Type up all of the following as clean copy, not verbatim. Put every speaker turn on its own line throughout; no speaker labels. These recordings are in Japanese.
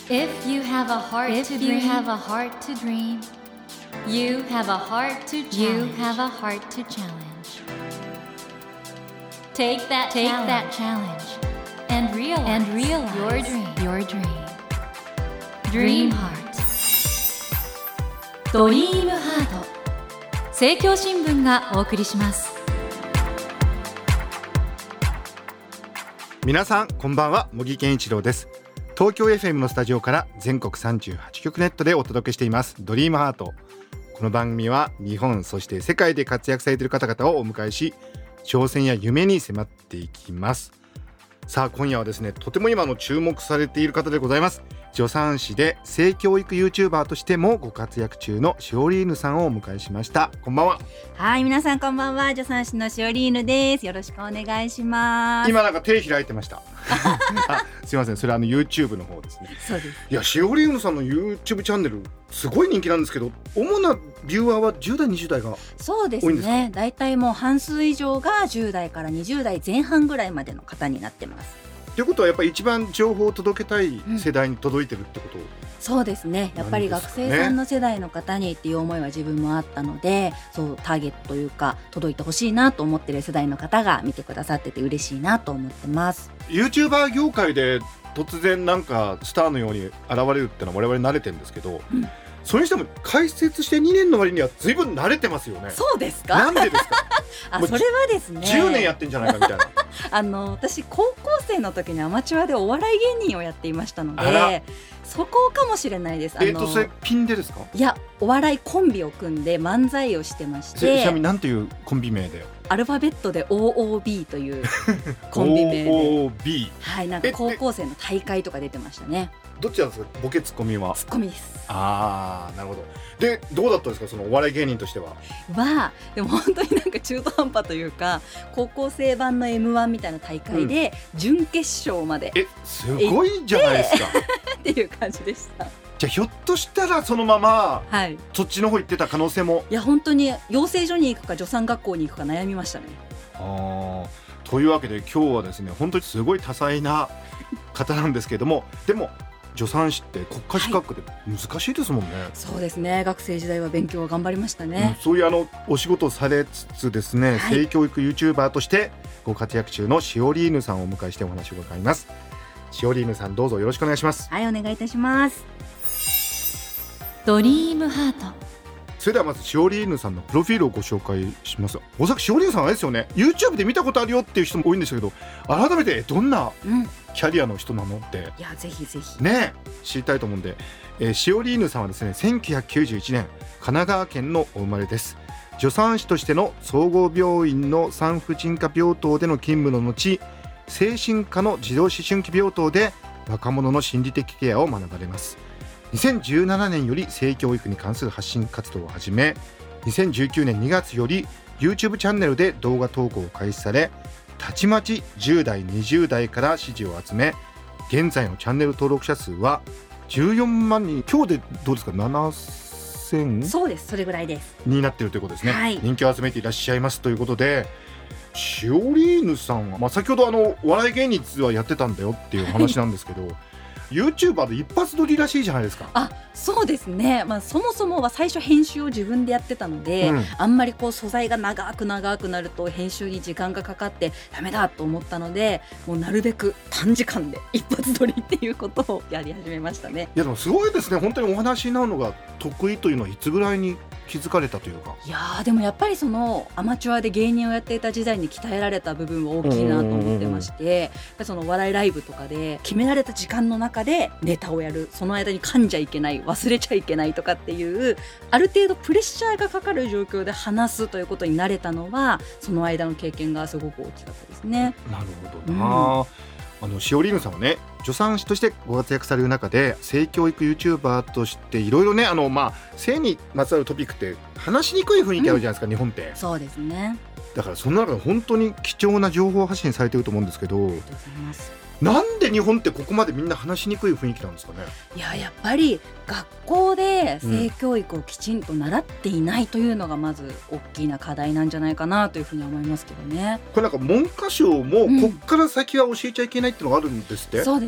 If you have a heart to dream, you have a heart to dream. You have a heart to challenge. You have a heart to challenge. Take that challenge and realize your dream. Dream Heart. ドリームハート。政教新聞がお送りします。
皆さんこんばんは、茂木健一郎です。東京 FM のスタジオから全国38局ネットでお届けしていますドリームハート。この番組は日本そして世界で活躍されている方々をお迎えし、挑戦や夢に迫っていきます。さあ今夜はですね、とても今注目されている方でございます。助産師で性教育 YouTuber としてもご活躍中のシオリーヌさんをお迎えしました。こんばんは。
はい、皆さんこんばんは。助産師のシオリーヌです。よろしくお願いします。
今手開いてましたすいません、それはYouTube の方ですね。
そうです。
いや、シオリーヌさんの YouTube チャンネルすごい人気なんですけど、主なビューアーは10代20代が多いんですか？
そうですね、だいたいもう半数以上が10代から20代前半ぐらいまでの方になってます。
ということはやっぱり一番情報を届けたい世代に届いてるってこと、
そうですね。やっぱり学生さんの世代の方にっていう思いは自分もあったので、そうターゲットというか届いてほしいなと思ってる世代の方が見てくださってて嬉しいなと思ってます。
YouTuber 業界で突然スターのように現れるってのは我々慣れてるんですけど、それにしても開設して2年の割には随分慣れてますよね。
そうですか？
なんでですか？
それはですね、
10年やってんじゃないかみたいな
私高校生の時にアマチュアでお笑い芸人をやっていましたので、そこかもしれないです。
それピンでですか？
いや、お笑いコンビを組んで漫才をしてまして、
ちなみに何ていうコンビ名で？
アルファベットで OOB というコンビ名で
OOB、
はい、高校生の大会とか出てましたね。
どっちなんですか？ボケツッコミは？ツ
ッコミです。
なるほど。でどうだったんですか、そのお笑い芸人としては？
でも本当に中途半端というか、高校生版の M1 みたいな大会で準決勝まです
ごいじゃないですか
っていう感じでした。
じゃあひょっとしたらそのまま、そっちの方行ってた可能性も。
いや本当に養成所に行くか助産学校に行くか悩みましたね。
というわけで今日はですね、本当にすごい多彩な方なんですけれども、でも助産師って国家資格で難しいですもんね。
そうですね、学生時代は勉強は頑張りましたね。
そういうお仕事をされつつですね、性教育 YouTuber としてご活躍中のシオリーヌさんをお迎えしてお話を伺います。シオリーヌさん、どうぞよろしくお願いします。
はい、お願いいたします。
ドリームハート。
それではまずシオリーヌさんのプロフィールをご紹介します。おそらくシオリーヌさんはあれですよね、 YouTube で見たことあるよっていう人も多いんですけど、改めてどんなキャリアの人なのって、
いやぜひぜひ
ね知りたいと思うんで、シオリーヌさんはですね、1991年神奈川県のお生まれです。助産師としての総合病院の産婦人科病棟での勤務の後、精神科の児童思春期病棟で若者の心理的ケアを学ばれます。2017年より性教育に関する発信活動を始め、2019年2月より YouTube チャンネルで動画投稿を開始され、たちまち10代20代から支持を集め、現在のチャンネル登録者数は14万人、今日でどうですか、7000？
そうです、それぐらいです
になっているということですね、人気を集めていらっしゃいますということで、シオリーヌさんは、先ほどお笑い芸人実はやってたんだよっていう話なんですけどYouTuber で一発撮りらしいじゃないですか。
そうですね、そもそもは最初編集を自分でやってたので、あんまり素材が長くなると編集に時間がかかってダメだと思ったので、もうなるべく短時間で一発撮りっていうことをやり始めましたね。
いやでもすごいですね、本当にお話になるのが得意というのはいつぐらいに気づかれたというか。
いやでもやっぱりアマチュアで芸人をやっていた時代に鍛えられた部分は大きいなと思ってまして、やっぱりお笑いライブとかで決められた時間の中でネタをやる、その間に噛んじゃいけない、忘れちゃいけないとかっていうある程度プレッシャーがかかる状況で話すということに慣れたのは、その間の経験がすごく大きかったですね。
なるほどな、シオリーヌさんはね、助産師としてご活躍される中で、性教育 YouTuber としていろいろね、性にまつわるトピックって話しにくい雰囲気あるじゃないですか、日本って。
そうですね。
だからその中で本当に貴重な情報発信されていると思うんですけど、
ありがとうございます。
なんで日本ってここまでみんな話しにくい雰囲気なんですかね。
やっぱり学校で性教育をきちんと習っていないというのがまず大きな課題なんじゃないかなというふうに思いますけどね。
これ文科省もこっから先は教えちゃいけないっていうのがあるんですって。
そうで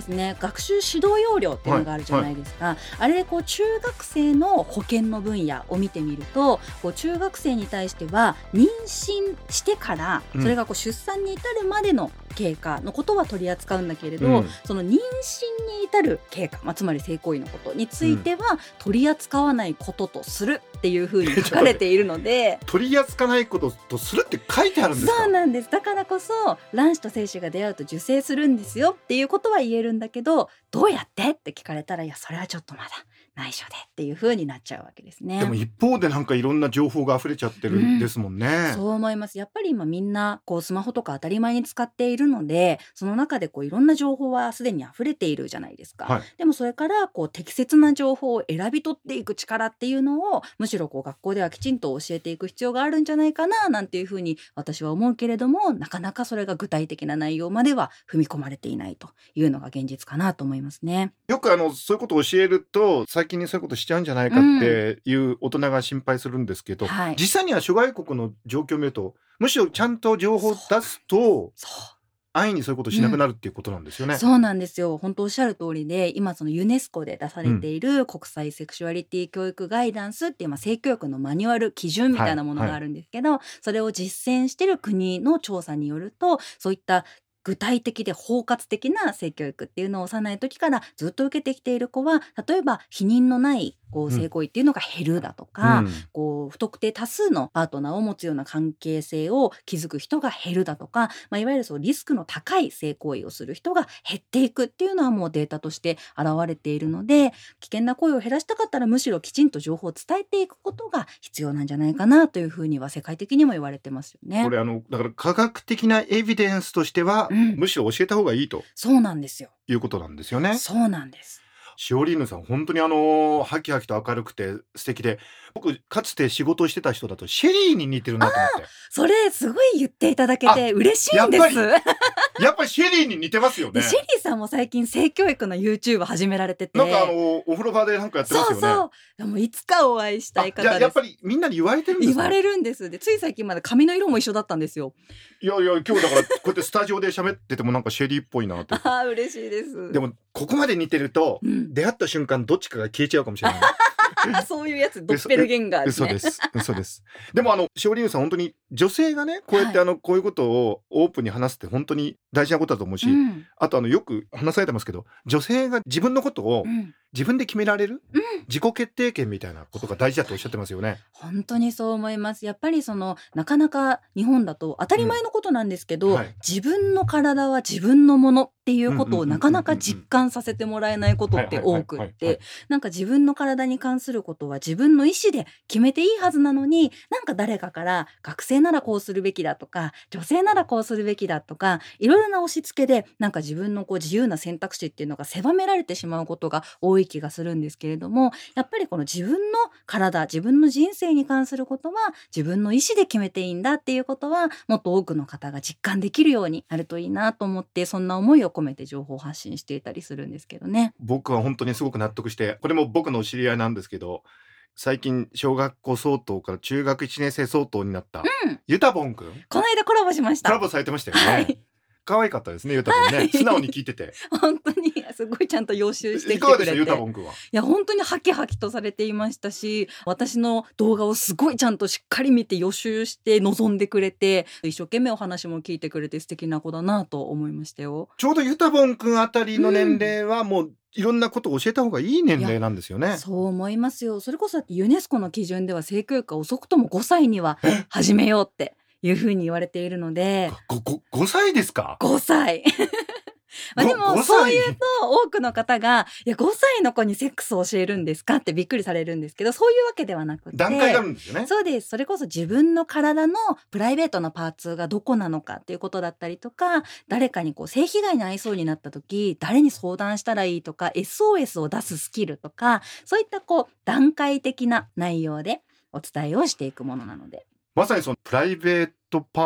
ですね、学習指導要領っていうのがあるじゃないですか、あれでこう中学生の保健の分野を見てみると、こう中学生に対しては妊娠してからそれがこう出産に至るまでの経過のことは取り扱うんだけれど、その妊娠に至る経過、つまり性行為のことについては取り扱わないこととするっていうふうに書かれているので
取り扱わないこととするって書いてあるんですか？
そうなんです。だからこそ卵子と精子が出会うと受精するんですよっていうことは言えるんだけど、どうやってって聞かれたら、いやそれはちょっとまだ内緒でっていう風になっちゃうわけですね。
でも一方でなんかいろんな情報が溢れちゃってるんですもんね、
そう思います。やっぱり今みんなこうスマホとか当たり前に使っているので、その中でこういろんな情報はすでに溢れているじゃないですか、でもそれからこう適切な情報を選び取っていく力っていうのをむしろこう学校ではきちんと教えていく必要があるんじゃないかななんていうふうに私は思うけれども、なかなかそれが具体的な内容までは踏み込まれていないというのが現実かなと思いますね。
よくそういうことを教えると最近にそういうことしちゃうんじゃないかっていう大人が心配するんですけど、実際には諸外国の状況を見るとむしろちゃんと情報を出すと安易にそういうことしなくなるっていうことなんですよね、
そうなんですよ。本当おっしゃる通りで、今そのユネスコで出されている国際セクシュアリティ教育ガイダンスっていう性教育のマニュアル基準みたいなものがあるんですけど、それを実践している国の調査によると、そういった具体的で包括的な性教育っていうのを幼い時からずっと受けてきている子は、例えば避妊のないこう性行為っていうのが減るだとか、こう不特定多数のパートナーを持つような関係性を築く人が減るだとか、いわゆるそうリスクの高い性行為をする人が減っていくっていうのはもうデータとして現れているので、危険な行為を減らしたかったらむしろきちんと情報を伝えていくことが必要なんじゃないかなというふうには世界的にも言われてますよね。
これだから科学的なエビデンスとしては、むしろ教えた方がいいと
そうなんですよ。
いうことなんですよね。
そうなんです。
シオリーヌさん本当にハキハキと明るくて素敵で、僕かつて仕事をしてた人だとシェリーに似てるなと思って。
それすごい言っていただけて嬉しいんです。
やっぱりシェリーに似てますよね。
シェリーさんも最近性教育の YouTube 始められてて、
なんかお風呂場でなんかやってますよね。
そうでもいつかお会いしたい方です。
やっぱりみんなに言われてるんですか？
言われるんです。でつい最近まで髪の色も一緒だったんですよ。
いや今日だからこうやってスタジオで喋っててもなんかシェリーっぽいなって
嬉しいです。
でもここまで似てると、出会った瞬間どっちかが消えちゃうかもしれない
そういうやつドッペルゲンガーですね。
嘘です。でもシオリーヌさん本当に女性がねこうやってこういうことをオープンに話すって本当に大事なことだと思うし、あとよく話されてますけど、女性が自分のことを自分で決められる、自己決定権みたいなことが大事だとおっしゃってますよね。
本当にそう思います。やっぱりなかなか日本だと当たり前のことなんですけど、自分の体は自分のものっていうことをなかなか実感させてもらえないことって多くって、なんか自分の体に関することは自分の意思で決めていいはずなのに、なんか誰かから学生ならこうするべきだとか女性ならこうするべきだとかいろいろな押し付けでなんか自分の自由な選択肢っていうのが狭められてしまうことが多い気がするんですけれども、やっぱりこの自分の体自分の人生に関することは自分の意思で決めていいんだっていうことはもっと多くの方が実感できるようになるといいなと思って、そんな思いを込めて情報発信していたりするんですけどね。
僕は本当にすごく納得して、これも僕の知り合いなんですけど、最近小学校相当から中学1年生相当になった、ユタボンくん、
この間コラボしました。
コラボされてましたよね、可愛かったですね、ユタボンね、素直に聞いてて
本当にすごいちゃんと予習してきてくれて、
いかがでしたユタボンくんは。
いや本当にハキハキとされていましたし、私の動画をすごいちゃんとしっかり見て予習して臨んでくれて、一生懸命お話も聞いてくれて素敵な子だなと思いましたよ。
ちょうどユタボンくんあたりの年齢はもういろんなことを教えた方がいい年齢なんですよね。
そう思いますよ。それこそユネスコの基準では性教育は遅くとも5歳には始めようっていうふうに言われているので。
5歳ですか
？5歳でもそういうと多くの方がいや5歳の子にセックスを教えるんですかってびっくりされるんですけど、そういうわけではなくて、
段階があるんですよね。
そうです。それこそ自分の体のプライベートなパーツがどこなのかっていうことだったりとか、誰かに性被害に遭いそうになった時誰に相談したらいいとか SOS を出すスキルとか、そういった段階的な内容でお伝えをしていくものなので、
まさにそのプライベートパー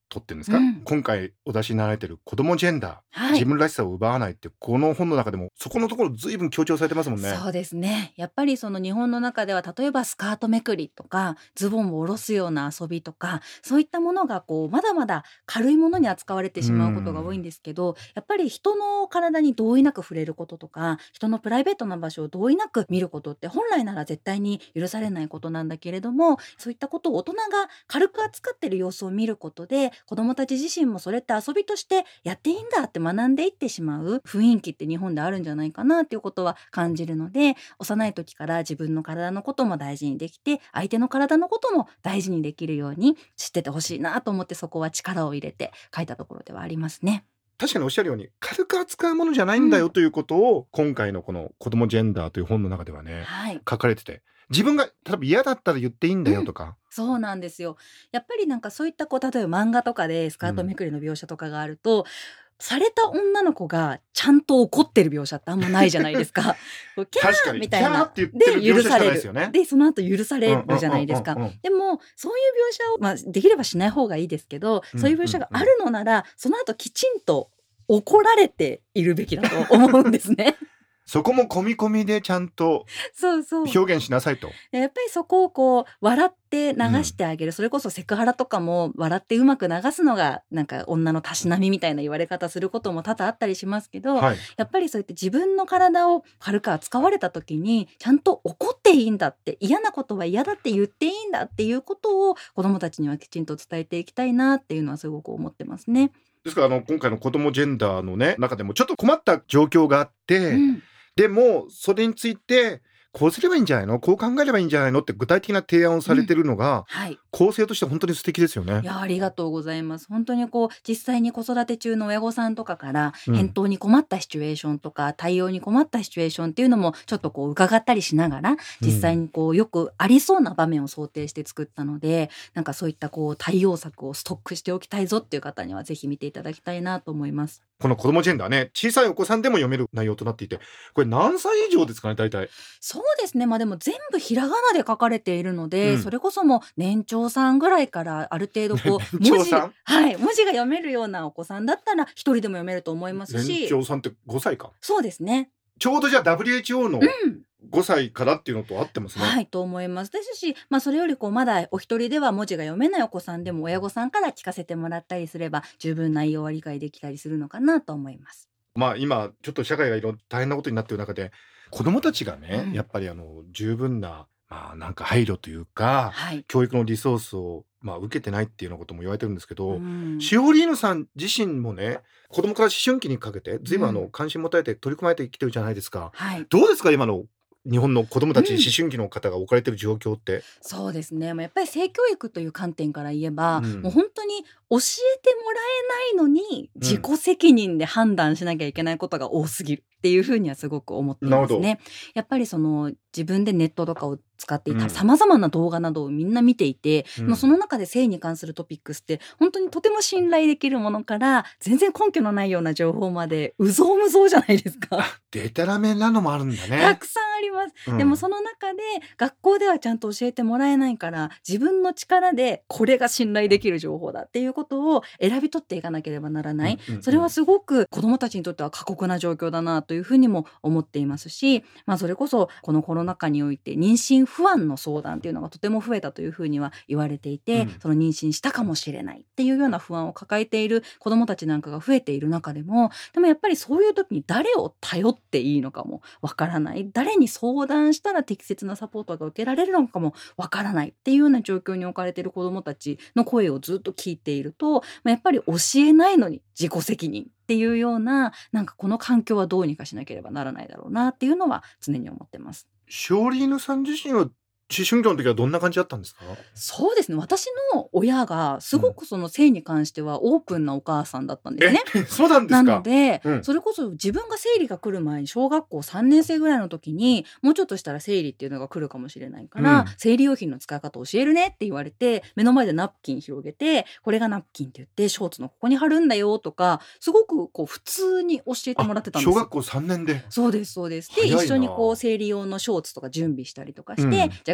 とっていうんですか、今回お出しになられてる子供ジェンダー、自分らしさを奪わないってこの本の中でもそこのところ随分強調されてますもんね。
そうですね。やっぱりその日本の中では例えばスカートめくりとかズボンを下ろすような遊びとかそういったものがまだまだ軽いものに扱われてしまうことが多いんですけど、やっぱり人の体に同意なく触れることとか人のプライベートな場所を同意なく見ることって本来なら絶対に許されないことなんだけれども、そういったことを大人が軽く扱っている様子を見ることで子どもたち自身もそれって遊びとしてやっていいんだって学んでいってしまう雰囲気って日本であるんじゃないかなっていうことは感じるので、幼い時から自分の体のことも大事にできて相手の体のことも大事にできるように知っててほしいなと思って、そこは力を入れて書いたところではありますね。
確かにおっしゃるように軽く扱うものじゃないんだよということを、今回のこの子供ジェンダーという本の中ではね、書かれてて、自分が例えば嫌だったら言っていいんだよとか、
そうなんですよ。やっぱりなんかそういった例えば漫画とかでスカートめくりの描写とかがあると、された女の子がちゃんと怒ってる描写ってあんまないじゃないですか。キャーみたいな
で許される。
でその後許されるじゃないですか。でもそういう描写を、できればしない方がいいですけど、そういう描写があるのならその後きちんと怒られているべきだと思うんですね。
そこも込み込みでちゃんと表現しなさいと。
やっぱりそこを笑って流してあげる、それこそセクハラとかも笑ってうまく流すのがなんか女のたしなみみたいな言われ方することも多々あったりしますけど、やっぱりそうやって自分の体を軽く扱われた時にちゃんと怒っていいんだって、嫌なことは嫌だって言っていいんだっていうことを子どもたちにはきちんと伝えていきたいなっていうのはすごく思ってますね。
ですから今回の子どもジェンダーのね中でもちょっと困った状況があって、でもそれについてこうすればいいんじゃないの、こう考えればいいんじゃないのって具体的な提案をされてるのが、構成として本当に素敵ですよね。
いやありがとうございます。本当に実際に子育て中の親御さんとかから返答に困ったシチュエーションとか、対応に困ったシチュエーションっていうのもちょっと伺ったりしながら、実際によくありそうな場面を想定して作ったので、なんかそういった対応策をストックしておきたいぞっていう方にはぜひ見ていただきたいなと思います。
この子どもジェンダーね、小さいお子さんでも読める内容となっていて、これ何歳以上ですかね大体。
そうですね、でも全部ひらがなで書かれているので、それこそもう年長さんぐらいからある程度文字が読めるようなお子さんだったら一人でも読めると思いますし。
年長さんって5歳か。
そうですね。
ちょうどじゃあ WHO の5歳からっていうのと合ってますね。
と思います。ですし、それよりまだお一人では文字が読めないお子さんでも親御さんから聞かせてもらったりすれば十分内容は理解できたりするのかなと思います。
今ちょっと社会がいろいろ大変なことになっている中で子どもたちがね、やっぱり十分ななんか配慮というか、教育のリソースを受けてないっていうようなことも言われてるんですけど、シオリーヌさん自身もね子供から思春期にかけて随分関心持たれて取り組まれてきてるじゃないですか。どうですか今の日本の子どもたち、思春期の方が置かれてる状況って。
そうですね、やっぱり性教育という観点から言えば、もう本当に教えてもらえないのに自己責任で判断しなきゃいけないことが多すぎるっていうふうにはすごく思っていますね。やっぱり自分でネットとかを使っていたさまざまな動画などをみんな見ていて、もうその中で性に関するトピックスって本当にとても信頼できるものから全然根拠のないような情報までうぞうむぞうじゃないですか。
デタラメなのもあるんだね。
たくさんあります。でもその中で学校ではちゃんと教えてもらえないから、自分の力でこれが信頼できる情報だっていうことを選び取っていかなければならない。それはすごく子どもたちにとっては過酷な状況だなというふうにも思っていますし、それこそこのコロナ禍において妊娠不安の相談っていうのがとても増えたというふうには言われていて、その妊娠したかもしれないっていうような不安を抱えている子どもたちなんかが増えている中でも、でもやっぱりそういう時に誰を頼っていいのかもわからない、誰に相談したら適切なサポートが受けられるのかもわからないっていうような状況に置かれている子どもたちの声をずっと聞いていると、やっぱり教えないのに自己責任っていうような、なんかこの環境はどうにかしなければならないだろうなっていうのは常に思ってます。
シオリーヌさん自身は思春期の時はどんな感じだったんですか？
そうですね、私の親がすごくその性に関してはオープンなお母さんだったんですね。
そうなんですか。
なので、それこそ自分が生理が来る前に小学校3年生ぐらいの時にもうちょっとしたら生理っていうのが来るかもしれないから、生理用品の使い方教えるねって言われて、目の前でナプキン広げて、これがナプキンって言ってショーツのここに貼るんだよとか、すごく普通に教えてもらってたんですよ。
小学校3年で。
そうですそうです。で一緒に生理用のショーツとか準備したりとかして、じゃあ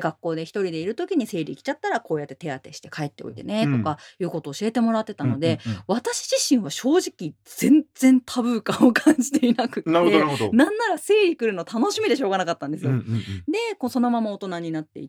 学校で一人でいる時に生理来ちゃったらこうやって手当てして帰っておいてねとかいうことを教えてもらってたので、私自身は正直全然タブー感を感じていなくて、
なるほどなるほど。
なんなら生理来るの楽しみでしょうがなかったんですよ。でこうそのまま大人になっていって、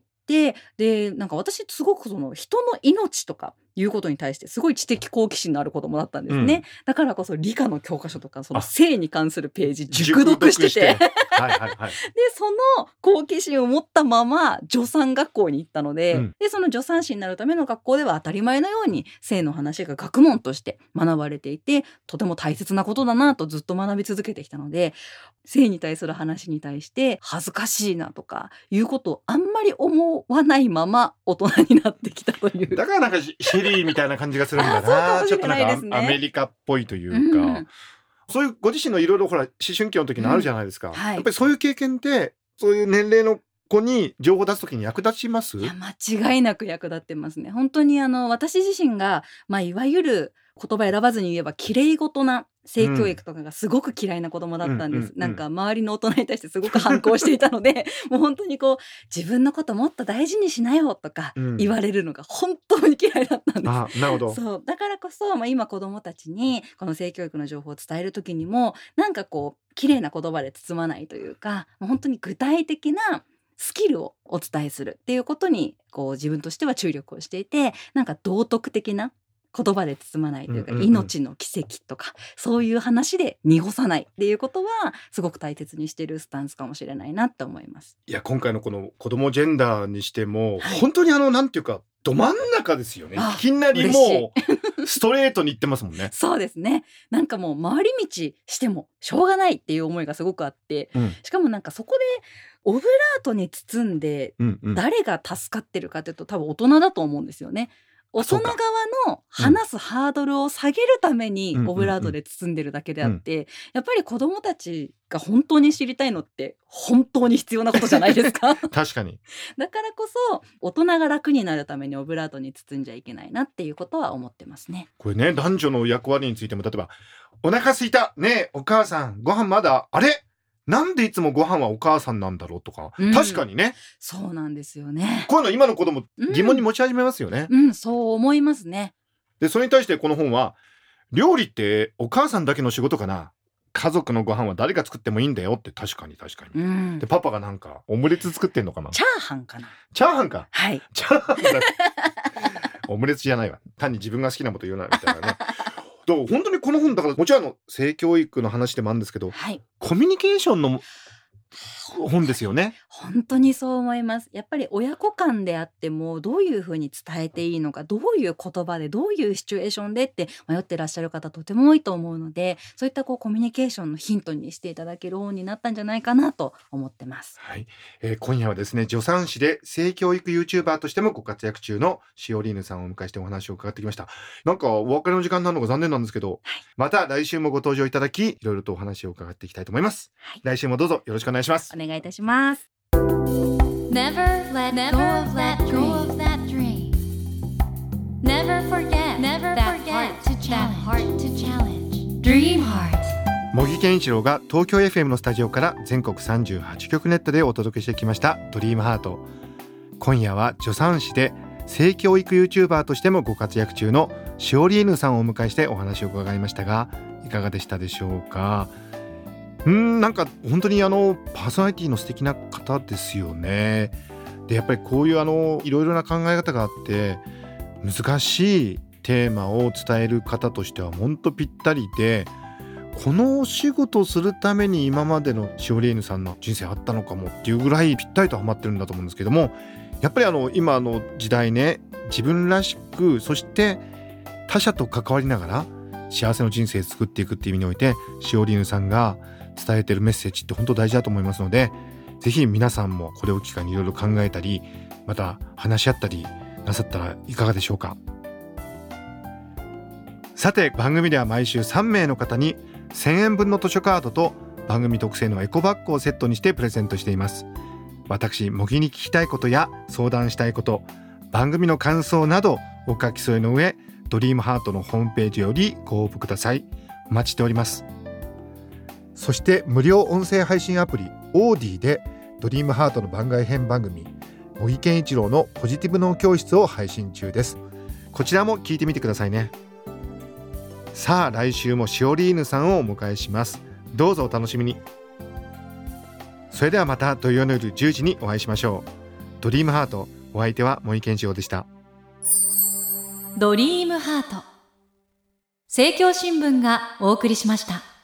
でなんか私すごくその人の命とかいうことに対してすごい知的好奇心のある子供だったんですね、だからこそ理科の教科書とかその性に関するページ熟読しててでその好奇心を持ったまま助産学校に行ったので、でその助産師になるための学校では当たり前のように性の話が学問として学ばれていて、とても大切なことだなとずっと学び続けてきたので、性に対する話に対して恥ずかしいなとかいうことをあんまり思わないまま大人になってきたという。
だからなんかシェリーみたいな感じがするんだな。ちょっとなんかアメリカっぽいというか、そういうご自身のいろいろほら思春期の時のあるじゃないですか、やっぱりそういう経験ってそういう年齢の子に情報を出す時に役立ちます？
いや間違いなく役立ってますね。本当に私自身が、いわゆる言葉選ばずに言えば綺麗事な性教育とかがすごく嫌いな子供だったんです、なんか周りの大人に対してすごく反抗していたのでもう本当にこう自分のこともっと大事にしなよとか言われるのが本当に嫌いだったんです、
なるほど。
そうだからこそ、今子供たちにこの性教育の情報を伝える時にもなんかこう綺麗な言葉で包まないというか、もう本当に具体的なスキルをお伝えするっていうことにこう自分としては注力をしていて、なんか道徳的な言葉で包まないというか、命の奇跡とかそういう話で濁さないっていうことはすごく大切にしているスタンスかもしれないなって思います。
いや今回のこの子供ジェンダーにしても、本当になんていうかど真ん中ですよね。いきなりもうストレートに言ってますもんね
そうですね。なんかもう回り道してもしょうがないっていう思いがすごくあって、しかもなんかそこでオブラートに包んで誰が助かってるかというと多分大人だと思うんですよね。大人側の話すハードルを下げるためにオブラートで包んでるだけであって、やっぱり子どもたちが本当に知りたいのって本当に必要なことじゃないですか
確かに。
だからこそ大人が楽になるためにオブラートに包んじゃいけないなっていうことは思ってますね。
これね、男女の役割についても例えばお腹すいたねえお母さんご飯まだあれなんでいつもご飯はお母さんなんだろうとか、確かにね。
そうなんですよね。
こういうの今の子供疑問に持ち始めますよね。
そう思いますね。
でそれに対してこの本は料理ってお母さんだけの仕事かな、家族のご飯は誰が作ってもいいんだよって。確かに確かに、でパパがなんかオムレツ作ってんのかな。
チャーハンかな。
チャーハンか。
はい。
チャーハンだオムレツじゃないわ、単に自分が好きなこと言うなみたいなね本当にこの本だからもちろん性教育の話でもあるんですけど、コミュニケーションの本ですよね。
本当にそう思います。やっぱり親子間であってもどういうふうに伝えていいのか、どういう言葉でどういうシチュエーションでって迷ってらっしゃる方とても多いと思うので、そういったコミュニケーションのヒントにしていただける本になったんじゃないかなと思ってます。
今夜はですね、助産師で性教育 YouTuber としてもご活躍中のシオリーヌさんをお迎えしてお話を伺ってきました。なんかお別れの時間になるのが残念なんですけど、また来週もご登場いただきいろいろとお話を伺っていきたいと思います。来週もどうぞよろしくお願いします。
お願いいたします。
Never let go of that dream. Never forget that heart to challenge. Dream Heart.
茂木健一郎が東京 FM のスタジオから全国38局ネットでお届けしてきましたドリームハート。今夜は助産師で性教育 YouTuber としてもご活躍中のシオリーヌさんをお迎えしてお話を伺いましたが、いかがでしたでしょうか。なんか本当にパーソナリティの素敵な方ですよね。でやっぱりこういういろいろな考え方があって難しいテーマを伝える方としては本当ぴったりで、このお仕事をするために今までのシオリーヌさんの人生あったのかもっていうぐらいぴったりとハマってるんだと思うんですけども、やっぱり今の時代ね、自分らしくそして他者と関わりながら幸せの人生を作っていくっていう意味においてシオリーヌさんが伝えてるメッセージって本当大事だと思いますので、ぜひ皆さんもこれを機会にいろいろ考えたりまた話し合ったりなさったらいかがでしょうか。さて番組では毎週3名の方に1000円分の図書カードと番組特製のエコバッグをセットにしてプレゼントしています。私茂木に聞きたいことや相談したいこと、番組の感想などお書き添えの上ドリームハートのホームページよりご応募ください。お待ちしております。そして無料音声配信アプリオーディでドリームハートの番外編番組茂木健一郎のポジティブ脳教室を配信中です。こちらも聞いてみてくださいね。さあ来週もしおりーぬさんをお迎えします。どうぞお楽しみに。それではまた土曜の夜10時にお会いしましょう。ドリームハート、お相手は茂木健一郎でした。
ドリームハート、政教新聞がお送りしました。